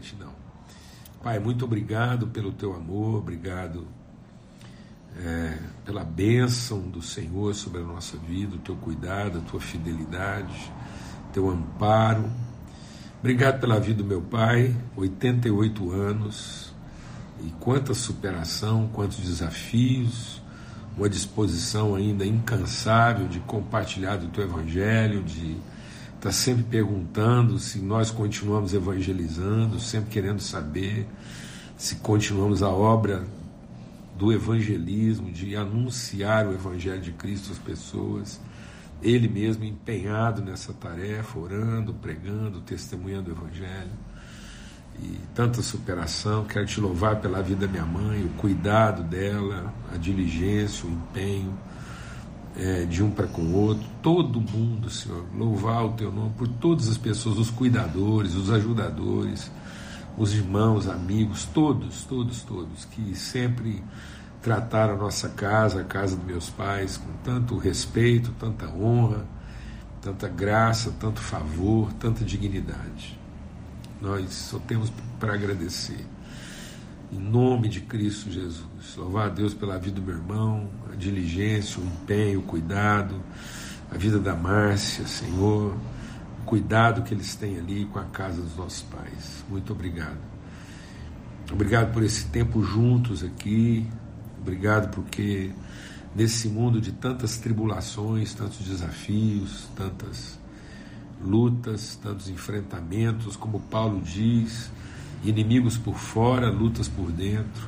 Não. Pai, muito obrigado pelo teu amor, obrigado pela bênção do Senhor sobre a nossa vida, o teu cuidado, a tua fidelidade, teu amparo. Obrigado pela vida do meu pai, 88 anos, e quanta superação, quantos desafios, uma disposição ainda incansável de compartilhar do teu evangelho, de estar sempre perguntando se nós continuamos evangelizando, sempre querendo saber se continuamos a obra do evangelismo, de anunciar o evangelho de Cristo às pessoas. Ele mesmo empenhado nessa tarefa, orando, pregando, testemunhando o evangelho. E tanta superação. Quero te louvar pela vida da minha mãe, o cuidado dela, a diligência, o empenho de um para com o outro. Todo mundo, Senhor, louvar o teu nome por todas as pessoas, os cuidadores, os ajudadores, os irmãos, amigos, todos que sempre trataram a nossa casa, a casa dos meus pais, com tanto respeito, tanta honra, tanta graça, tanto favor, tanta dignidade. Nós só temos para agradecer. Em nome de Cristo Jesus. Louvar a Deus pela vida do meu irmão, a diligência, o empenho, o cuidado, a vida da Márcia, Senhor, o cuidado que eles têm ali com a casa dos nossos pais. Muito obrigado. Obrigado por esse tempo juntos aqui. Obrigado porque nesse mundo de tantas tribulações, tantos desafios, tantas lutas, tantos enfrentamentos, como Paulo diz, inimigos por fora, lutas por dentro,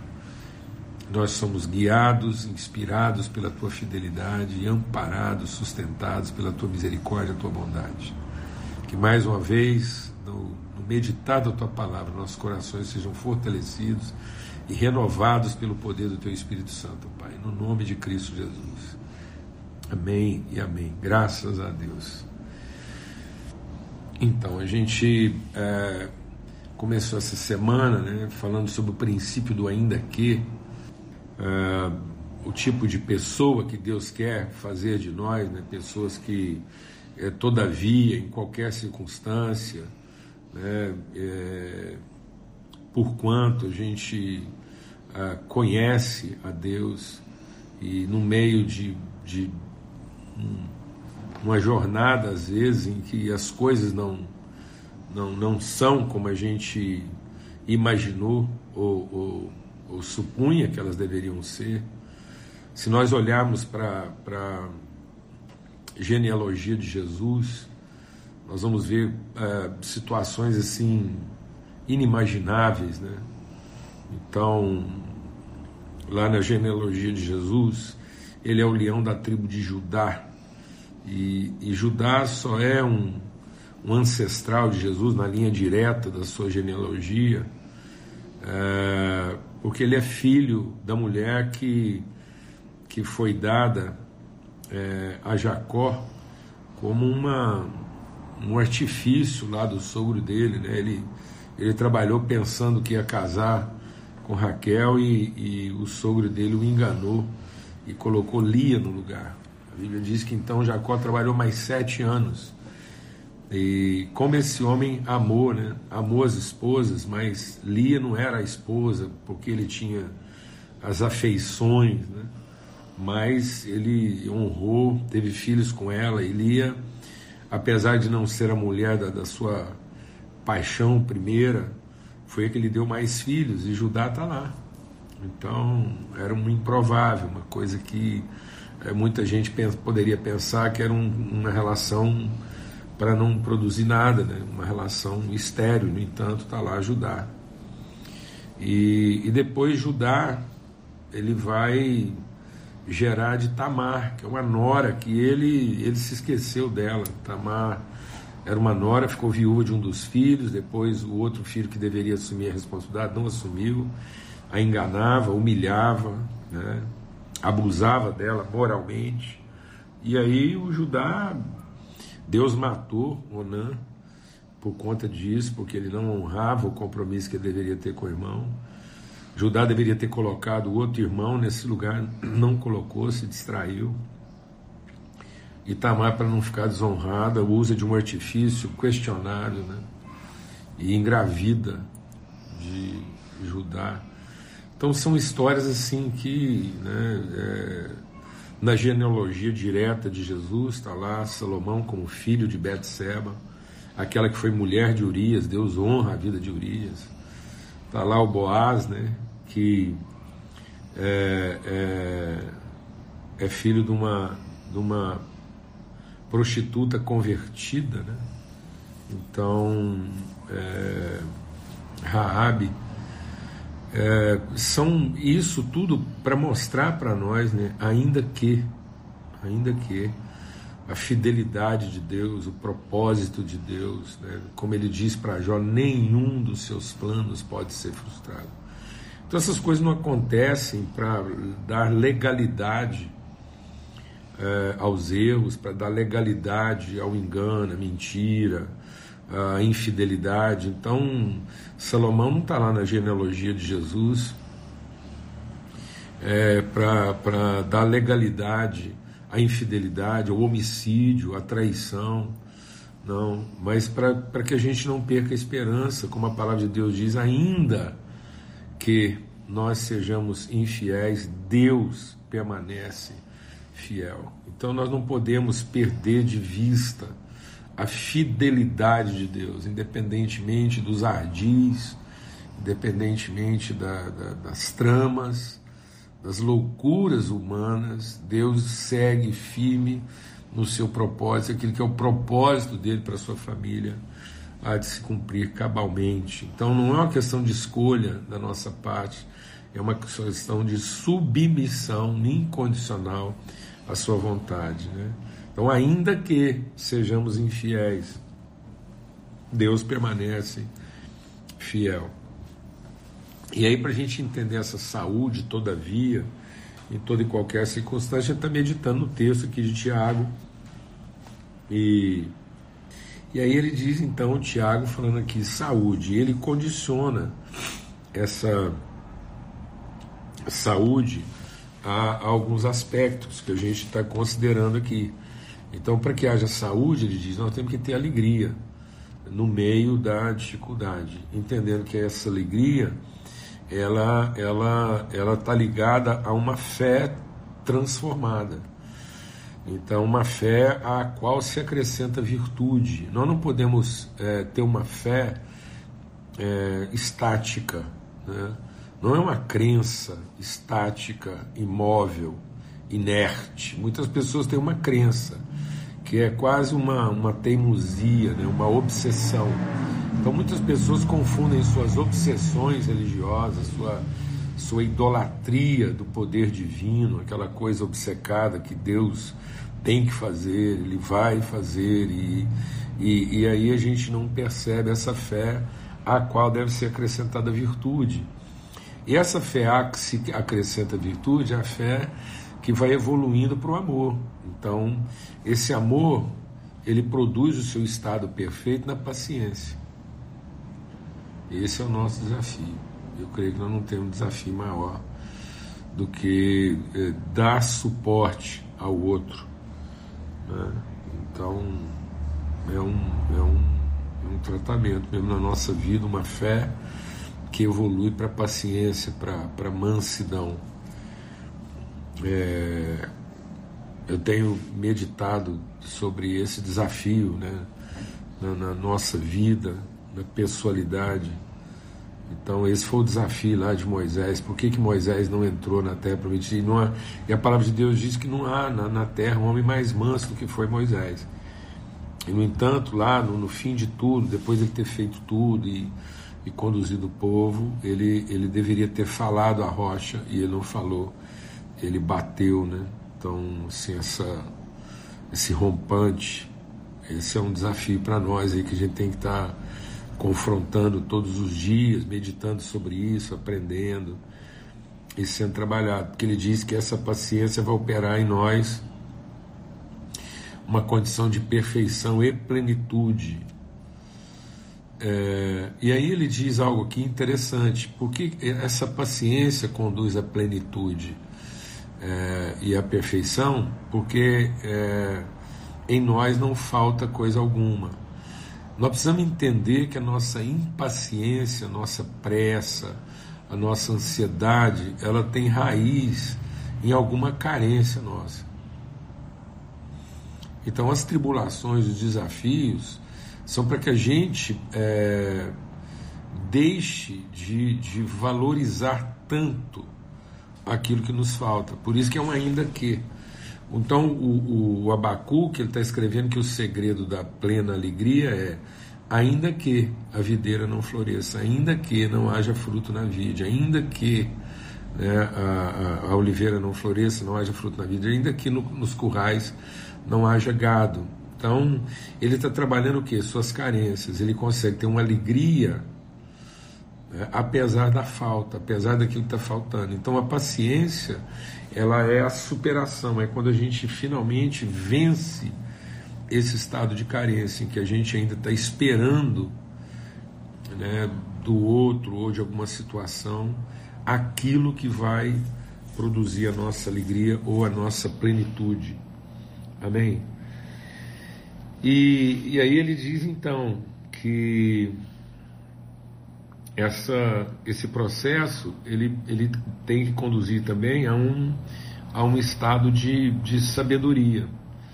nós somos guiados, inspirados pela tua fidelidade e amparados, sustentados pela tua misericórdia, a tua bondade. Que mais uma vez, no meditar da tua palavra, nossos corações sejam fortalecidos e renovados pelo poder do teu Espírito Santo, Pai, no nome de Cristo Jesus. Amém e amém. Graças a Deus. Então, a gente começou essa semana, né, falando sobre o princípio do ainda que, o tipo de pessoa que Deus quer fazer de nós, né, pessoas que, todavia, em qualquer circunstância, né, por quanto a gente conhece a Deus e no meio de uma jornada, às vezes, em que as coisas não são como a gente imaginou ou supunha que elas deveriam ser. Se nós olharmos para a genealogia de Jesus, nós vamos ver situações assim inimagináveis, né? Então, lá na genealogia de Jesus, ele é o leão da tribo de Judá, e Judá só é um ancestral de Jesus na linha direta da sua genealogia, porque ele é filho da mulher que foi dada a Jacó como um artifício lá do sogro dele, né? Ele trabalhou pensando que ia casar com Raquel e o sogro dele o enganou e colocou Lia no lugar. A Bíblia diz que então Jacó trabalhou mais 7 anos. E como esse homem amou, né? Amou as esposas, mas Lia não era a esposa, porque ele tinha as afeições, né? Mas ele honrou, teve filhos com ela, e Lia, apesar de não ser a mulher da sua paixão primeira, foi a que lhe deu mais filhos, e Judá está lá. Então era um improvável, uma coisa que muita gente poderia pensar que era uma relação para não produzir nada, né? Uma relação estéril. No entanto, está lá Judá. E depois Judá, ele vai gerar de Tamar, que é uma nora que ele se esqueceu dela. Tamar era uma nora, ficou viúva de um dos filhos, depois o outro filho que deveria assumir a responsabilidade não assumiu, a enganava, humilhava, né? Abusava dela moralmente. E aí o Judá, Deus matou Onã por conta disso, porque ele não honrava o compromisso que ele deveria ter com o irmão. Judá deveria ter colocado o outro irmão nesse lugar, não colocou, se distraiu. E Tamar, para não ficar desonrada, usa de um artifício questionável, né? E engravida de Judá. Então são histórias assim que, né, na genealogia direta de Jesus está lá Salomão como filho de Betseba, aquela que foi mulher de Urias. Deus honra a vida de Urias. Está lá o Boaz, né, que é filho de uma prostituta convertida, né? Então Raabe, são isso tudo para mostrar para nós, né, ainda que a fidelidade de Deus, o propósito de Deus, né, como ele diz para Jó, nenhum dos seus planos pode ser frustrado. Então essas coisas não acontecem para dar legalidade aos erros, para dar legalidade ao engano, à mentira, à infidelidade. Então Salomão não está lá na genealogia de Jesus para dar legalidade à infidelidade, ao homicídio, à traição, não, mas para que a gente não perca a esperança, como a palavra de Deus diz, ainda que nós sejamos infiéis, Deus permanece fiel. Então nós não podemos perder de vista a fidelidade de Deus, independentemente dos ardis, independentemente das tramas, das loucuras humanas. Deus segue firme no seu propósito, aquilo que é o propósito dele para a sua família há de se cumprir cabalmente. Então não é uma questão de escolha da nossa parte, é uma questão de submissão incondicional à sua vontade, né? Então, ainda que sejamos infiéis, Deus permanece fiel. E aí, para a gente entender essa saúde, todavia, em toda e qualquer circunstância, a gente está meditando no texto aqui de Tiago. E aí ele diz, então, Tiago falando aqui, saúde, ele condiciona essa saúde a alguns aspectos que a gente está considerando aqui. Então, para que haja saúde, ele diz, nós temos que ter alegria no meio da dificuldade, entendendo que essa alegria ela está ligada a uma fé transformada. Então, uma fé à qual se acrescenta virtude. Nós não podemos ter uma fé estática, né? Não é uma crença estática, imóvel, inerte. Muitas pessoas têm uma crença que é quase uma teimosia, né? Uma obsessão. Então muitas pessoas confundem suas obsessões religiosas, sua idolatria do poder divino, aquela coisa obcecada que Deus tem que fazer, Ele vai fazer, e aí a gente não percebe essa fé à qual deve ser acrescentada virtude. E essa fé a que se acrescenta virtude é a fé que vai evoluindo para o amor. Então, esse amor, ele produz o seu estado perfeito na paciência. Esse é o nosso desafio. Eu creio que nós não temos um desafio maior do que dar suporte ao outro, né? Então, é um tratamento mesmo na nossa vida, uma fé que evolui para a paciência, para a mansidão. Eu tenho meditado sobre esse desafio, né, na nossa vida, na pessoalidade. Então esse foi o desafio lá de Moisés. Por que Moisés não entrou na terra prometida? E a palavra de Deus diz que não há na terra um homem mais manso do que foi Moisés. E no entanto, lá no fim de tudo, depois de ele ter feito tudo e conduzido o povo, ele deveria ter falado à rocha, e ele não falou, ele bateu, né? Então, assim, esse rompante, esse é um desafio para nós aí, que a gente tem que estar confrontando todos os dias, meditando sobre isso, aprendendo e sendo trabalhado, porque ele diz que essa paciência vai operar em nós uma condição de perfeição e plenitude. E aí ele diz algo aqui interessante, porque essa paciência conduz à plenitude e à perfeição, porque em nós não falta coisa alguma. Nós precisamos entender que a nossa impaciência, a nossa pressa, a nossa ansiedade, ela tem raiz em alguma carência nossa. Então as tribulações, os desafios, são para que a gente deixe de valorizar tanto aquilo que nos falta. Por isso que é um ainda que. Então o Abacuque, ele está escrevendo que o segredo da plena alegria é: ainda que a videira não floresça, ainda que não haja fruto na vide, ainda que a oliveira não floresça, não haja fruto na vide, ainda que nos currais não haja gado. Então ele está trabalhando o quê? Suas carências. Ele consegue ter uma alegria apesar da falta, apesar daquilo que está faltando. Então a paciência, ela é a superação, é quando a gente finalmente vence esse estado de carência, em que a gente ainda está esperando, do outro ou de alguma situação aquilo que vai produzir a nossa alegria ou a nossa plenitude. Amém? E aí ele diz então que esse processo ele tem que conduzir também a um estado de sabedoria.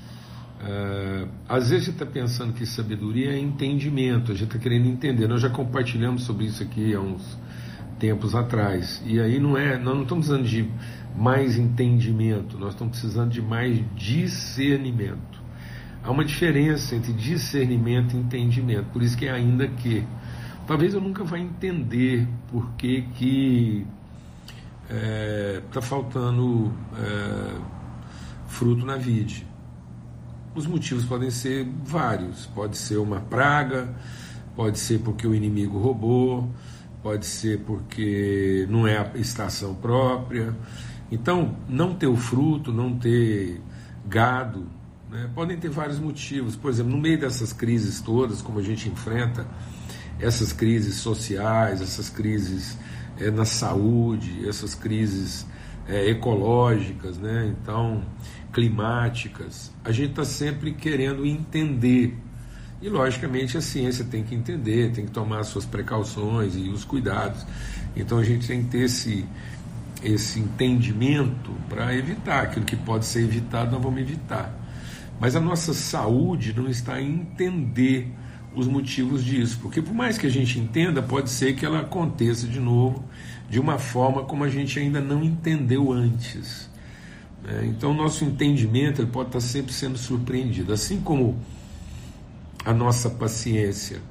Às vezes a gente está pensando que sabedoria é entendimento, a gente está querendo entender. Nós já compartilhamos sobre isso aqui há uns tempos atrás, e aí nós não estamos precisando de mais entendimento, nós estamos precisando de mais discernimento. Há uma diferença entre discernimento e entendimento, por isso que é ainda que. Talvez eu nunca vá entender por que está faltando fruto na vide. Os motivos podem ser vários. Pode ser uma praga, pode ser porque o inimigo roubou, pode ser porque não é a estação própria. Então, não ter o fruto, não ter gado, podem ter vários motivos. Por exemplo, no meio dessas crises todas, como a gente enfrenta, essas crises sociais, essas crises na saúde, essas crises ecológicas, então climáticas, a gente está sempre querendo entender, e logicamente a ciência tem que entender, tem que tomar as suas precauções e os cuidados. Então a gente tem que ter esse entendimento para evitar aquilo que pode ser evitado. Nós vamos evitar, mas a nossa saúde não está em entender os motivos disso, porque por mais que a gente entenda, pode ser que ela aconteça de novo de uma forma como a gente ainda não entendeu antes. Então o nosso entendimento, ele pode estar sempre sendo surpreendido, assim como a nossa paciência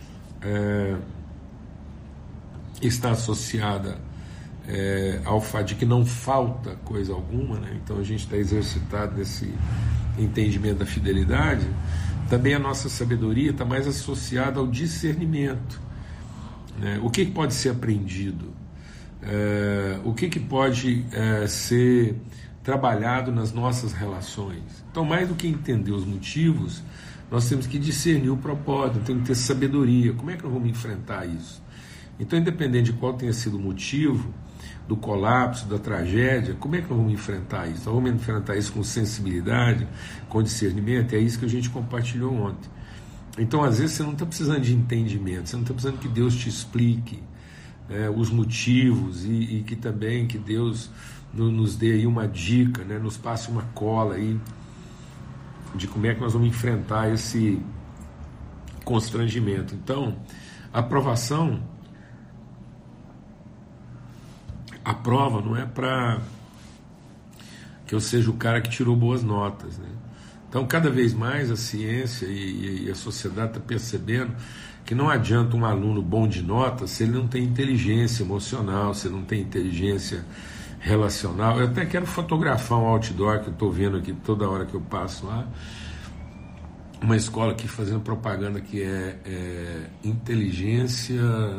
está associada ao fato de que não falta coisa alguma, então a gente está exercitado nesse entendimento da fidelidade. Também a nossa sabedoria está mais associada ao discernimento. O que pode ser aprendido? O que pode ser trabalhado nas nossas relações? Então, mais do que entender os motivos, nós temos que discernir o propósito, temos que ter sabedoria. Como é que nós vamos enfrentar isso? Então, independente de qual tenha sido o motivo do colapso, da tragédia, como é que nós vamos enfrentar isso? Nós vamos enfrentar isso com sensibilidade, com discernimento. É isso que a gente compartilhou ontem. Então, às vezes, você não está precisando de entendimento, você não está precisando que Deus te explique os motivos e que também que Deus nos dê aí uma dica, nos passe uma cola aí de como é que nós vamos enfrentar esse constrangimento. Então, a provação, a prova não é para que eu seja o cara que tirou boas notas, Então, cada vez mais a ciência e a sociedade está percebendo que não adianta um aluno bom de notas se ele não tem inteligência emocional, se ele não tem inteligência relacional. Eu até quero fotografar um outdoor que eu estou vendo aqui toda hora que eu passo lá, uma escola aqui fazendo propaganda que é inteligência,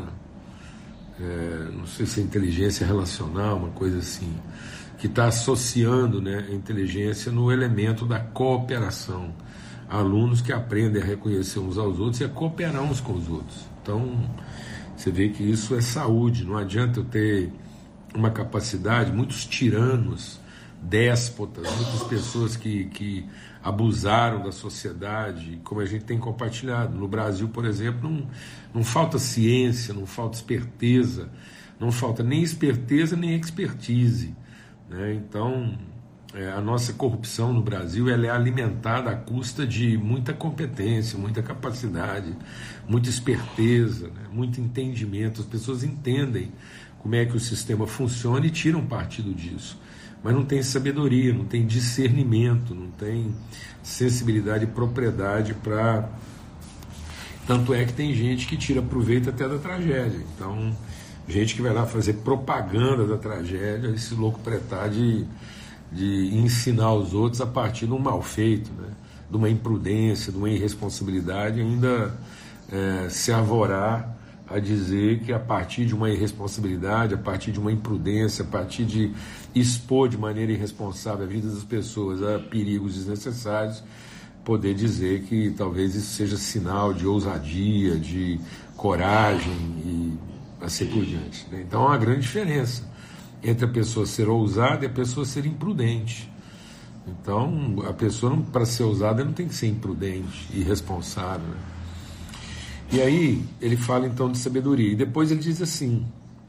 não sei se é inteligência relacional, uma coisa assim, que está associando a inteligência no elemento da cooperação. Alunos que aprendem a reconhecer uns aos outros e a cooperar uns com os outros. Então, você vê que isso é saúde. Não adianta eu ter uma capacidade, muitos tiranos déspotas, muitas pessoas que abusaram da sociedade, como a gente tem compartilhado. No Brasil, por exemplo, não falta ciência, não falta esperteza, não falta nem esperteza nem expertise, né? Então, a nossa corrupção no Brasil, ela é alimentada à custa de muita competência, muita capacidade, muita esperteza, né? Muito entendimento. As pessoas entendem como é que o sistema funciona e tiram partido disso, mas não tem sabedoria, não tem discernimento, não tem sensibilidade e propriedade para... Tanto é que tem gente que tira proveito até da tragédia. Então, gente que vai lá fazer propaganda da tragédia, esse louco pretar de ensinar os outros a partir de um mal feito, né? De uma imprudência, de uma irresponsabilidade, ainda se arvorar a dizer que a partir de uma irresponsabilidade, a partir de uma imprudência, a partir de expor de maneira irresponsável a vida das pessoas a perigos desnecessários, poder dizer que talvez isso seja sinal de ousadia, de coragem e assim por diante, né? Então há uma grande diferença entre a pessoa ser ousada e a pessoa ser imprudente. Então, a pessoa, para ser ousada, não tem que ser imprudente, irresponsável, né? E aí, ele fala então de sabedoria. E depois ele diz assim,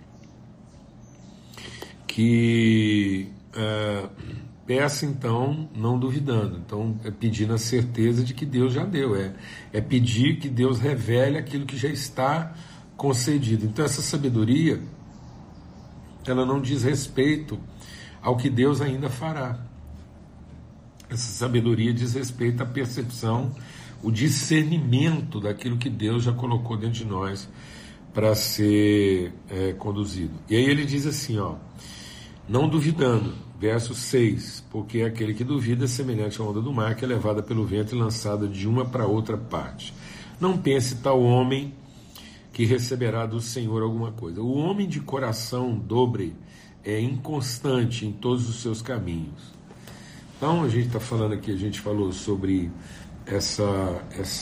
que peça então, não duvidando. Então, é pedir na certeza de que Deus já deu. É pedir que Deus revele aquilo que já está concedido. Então, essa sabedoria, ela não diz respeito ao que Deus ainda fará. Essa sabedoria diz respeito à percepção, o discernimento daquilo que Deus já colocou dentro de nós para ser conduzido. E aí ele diz assim, não duvidando, verso 6, porque aquele que duvida é semelhante à onda do mar, que é levada pelo vento e lançada de uma para outra parte. Não pense tal homem que receberá do Senhor alguma coisa. O homem de coração dobre é inconstante em todos os seus caminhos. Então a gente está falando aqui, a gente falou sobre essa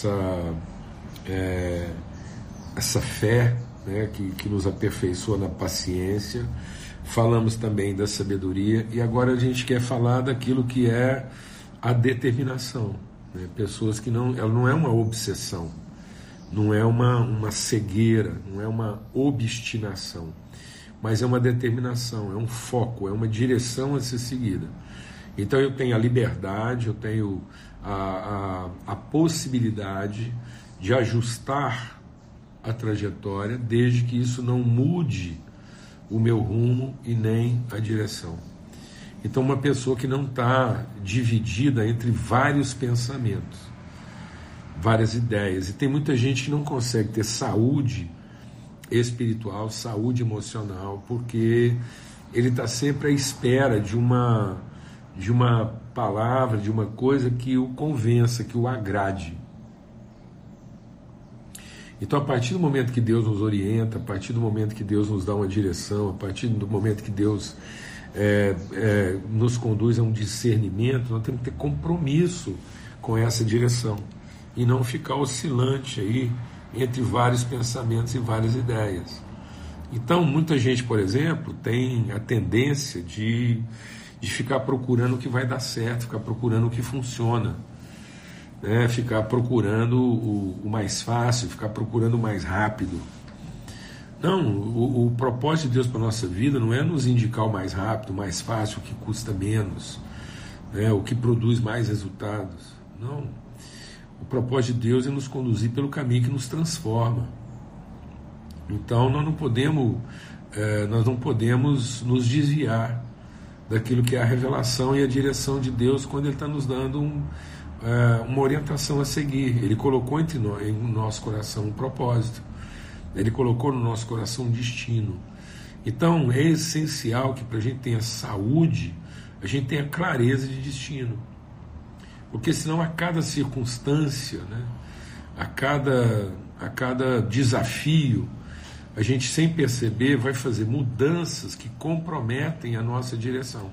fé, né, que nos aperfeiçoa na paciência. Falamos também da sabedoria e agora a gente quer falar daquilo que é a determinação, né? Pessoas que ela não é uma obsessão, não é uma cegueira, não é uma obstinação, mas é uma determinação, é um foco, é uma direção a ser seguida. Então eu tenho a liberdade, eu tenho a possibilidade de ajustar a trajetória, desde que isso não mude o meu rumo e nem a direção. Então uma pessoa que não está dividida entre vários pensamentos, várias ideias, e tem muita gente que não consegue ter saúde espiritual, saúde emocional, porque ele está sempre à espera de uma palavra, de uma coisa que o convença, que o agrade. Então, a partir do momento que Deus nos orienta, a partir do momento que Deus nos dá uma direção, a partir do momento que Deus nos conduz a um discernimento, nós temos que ter compromisso com essa direção e não ficar oscilante aí entre vários pensamentos e várias ideias. Então, muita gente, por exemplo, tem a tendência de ficar procurando o que vai dar certo, ficar procurando o que funciona, né? Ficar procurando o mais fácil, ficar procurando o mais rápido. Não, o propósito de Deus para a nossa vida não é nos indicar o mais rápido, o mais fácil, o que custa menos, né? O que produz mais resultados. Não. O propósito de Deus é nos conduzir pelo caminho que nos transforma. Então nós não podemos nos desviar daquilo que é a revelação e a direção de Deus quando Ele está nos dando uma orientação a seguir. Ele colocou em nosso coração um propósito, Ele colocou no nosso coração um destino. Então é essencial que para a gente tenha saúde, a gente tenha clareza de destino, porque senão a cada circunstância, né, a cada desafio, a gente, sem perceber, vai fazer mudanças que comprometem a nossa direção.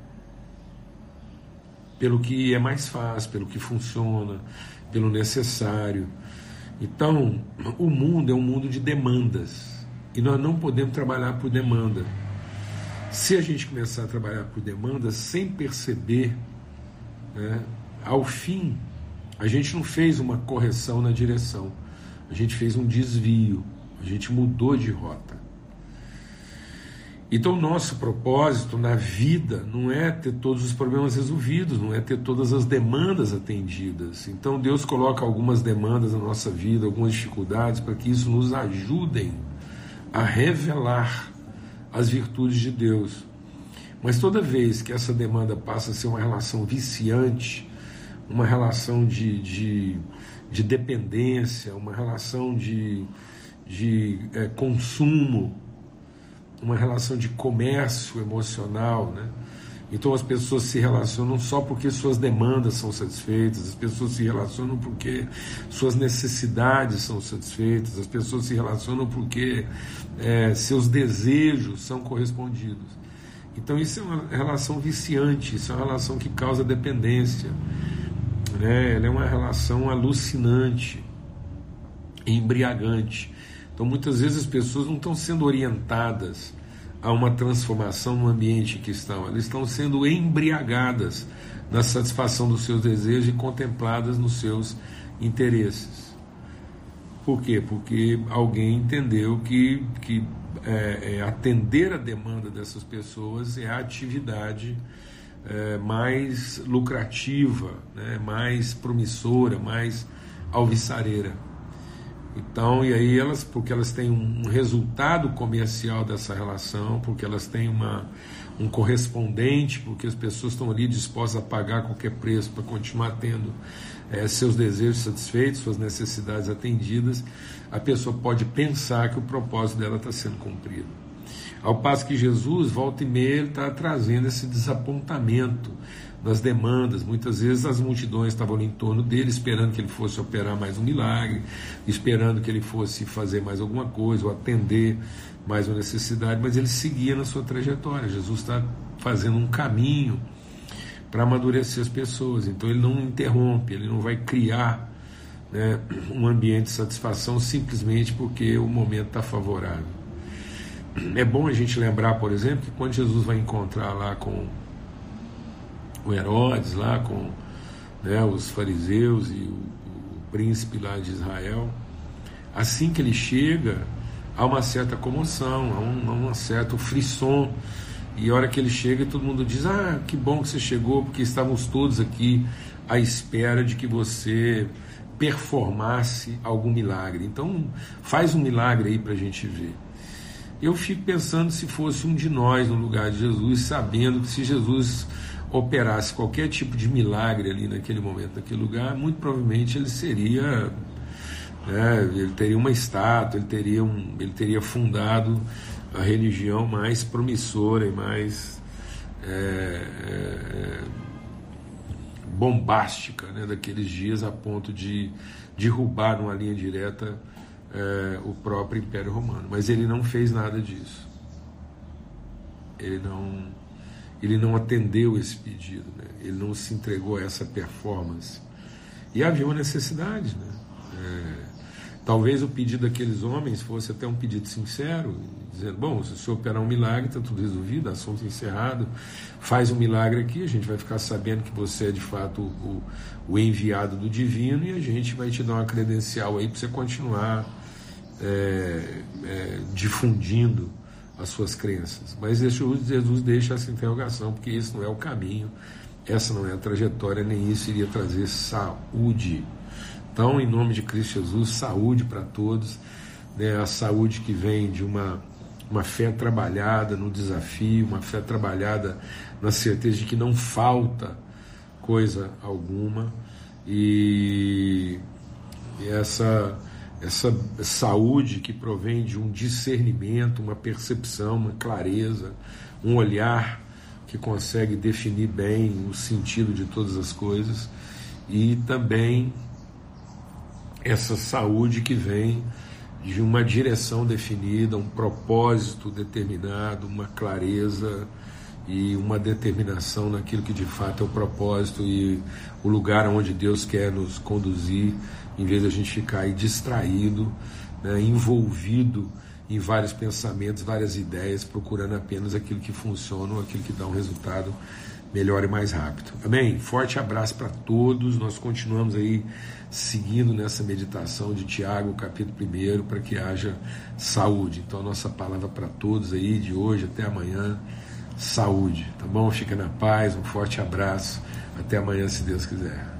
Pelo que é mais fácil, pelo que funciona, pelo necessário. Então, o mundo é um mundo de demandas. E nós não podemos trabalhar por demanda. Se a gente começar a trabalhar por demandas sem perceber, né, ao fim, a gente não fez uma correção na direção, a gente fez um desvio, a gente mudou de rota. Então, o nosso propósito na vida não é ter todos os problemas resolvidos, não é ter todas as demandas atendidas. Então, Deus coloca algumas demandas na nossa vida, algumas dificuldades, para que isso nos ajudem a revelar as virtudes de Deus. Mas toda vez que essa demanda passa a ser uma relação viciante, uma relação de dependência, uma relação de consumo, uma relação de comércio emocional, né? Então as pessoas se relacionam só porque suas demandas são satisfeitas, as pessoas se relacionam porque suas necessidades são satisfeitas, as pessoas se relacionam porque seus desejos são correspondidos. Então isso é uma relação viciante, isso é uma relação que causa dependência, né? Ela é uma relação alucinante, embriagante. Então muitas vezes as pessoas não estão sendo orientadas a uma transformação no ambiente que estão, elas estão sendo embriagadas na satisfação dos seus desejos e contempladas nos seus interesses. Por quê? Porque alguém entendeu que atender a demanda dessas pessoas é a atividade mais lucrativa, né, mais promissora, mais alvissareira. Então, e aí porque elas têm um resultado comercial dessa relação, porque elas têm um correspondente, porque as pessoas estão ali dispostas a pagar qualquer preço para continuar tendo seus desejos satisfeitos, suas necessidades atendidas, a pessoa pode pensar que o propósito dela está sendo cumprido. Ao passo que Jesus, volta e meia, está trazendo esse desapontamento das demandas. Muitas vezes as multidões estavam ali em torno dele, esperando que ele fosse operar mais um milagre, esperando que ele fosse fazer mais alguma coisa, ou atender mais uma necessidade, mas ele seguia na sua trajetória. Jesus está fazendo um caminho para amadurecer as pessoas, então ele não interrompe, ele não vai criar, né, um ambiente de satisfação simplesmente porque o momento está favorável. É bom a gente lembrar, por exemplo, que quando Jesus vai encontrar lá com o Herodes, lá com, né, os fariseus e o príncipe lá de Israel, assim que ele chega, há uma certa comoção, há um certo frisson, e a hora que ele chega todo mundo diz: ah, que bom que você chegou, porque estávamos todos aqui à espera de que você performasse algum milagre, então faz um milagre aí para a gente ver. Eu fico pensando se fosse um de nós no lugar de Jesus, sabendo que se Jesus operasse qualquer tipo de milagre ali naquele momento, naquele lugar, muito provavelmente ele seria, ele teria uma estátua, ele teria fundado a religião mais promissora e mais bombástica, né, daqueles dias, a ponto de derrubar numa linha direta o próprio Império Romano. Mas ele não fez nada disso. Ele não atendeu esse pedido, né? Ele não se entregou a essa performance. E havia uma necessidade, né? Talvez o pedido daqueles homens fosse até um pedido sincero, dizendo: bom, se o senhor operar um milagre, está tudo resolvido, assunto encerrado, faz um milagre aqui, a gente vai ficar sabendo que você é de fato o enviado do divino, e a gente vai te dar uma credencial aí para você continuar difundindo as suas crenças. Mas Jesus deixa essa interrogação, porque isso não é o caminho, essa não é a trajetória, nem isso iria trazer saúde. Então, em nome de Cristo Jesus, saúde para todos, né? A saúde que vem de uma fé trabalhada no desafio, uma fé trabalhada na certeza de que não falta coisa alguma, e essa saúde que provém de um discernimento, uma percepção, uma clareza, um olhar que consegue definir bem o sentido de todas as coisas, e também essa saúde que vem de uma direção definida, um propósito determinado, uma clareza e uma determinação naquilo que de fato é o propósito e o lugar onde Deus quer nos conduzir, em vez de a gente ficar aí distraído, né, envolvido em vários pensamentos, várias ideias, procurando apenas aquilo que funciona ou aquilo que dá um resultado melhor e mais rápido. Amém? Forte abraço para todos. Nós continuamos aí seguindo nessa meditação de Tiago, capítulo 1, para que haja saúde. Então a nossa palavra para todos aí, de hoje até amanhã, saúde, tá bom? Fica na paz, um forte abraço, até amanhã se Deus quiser.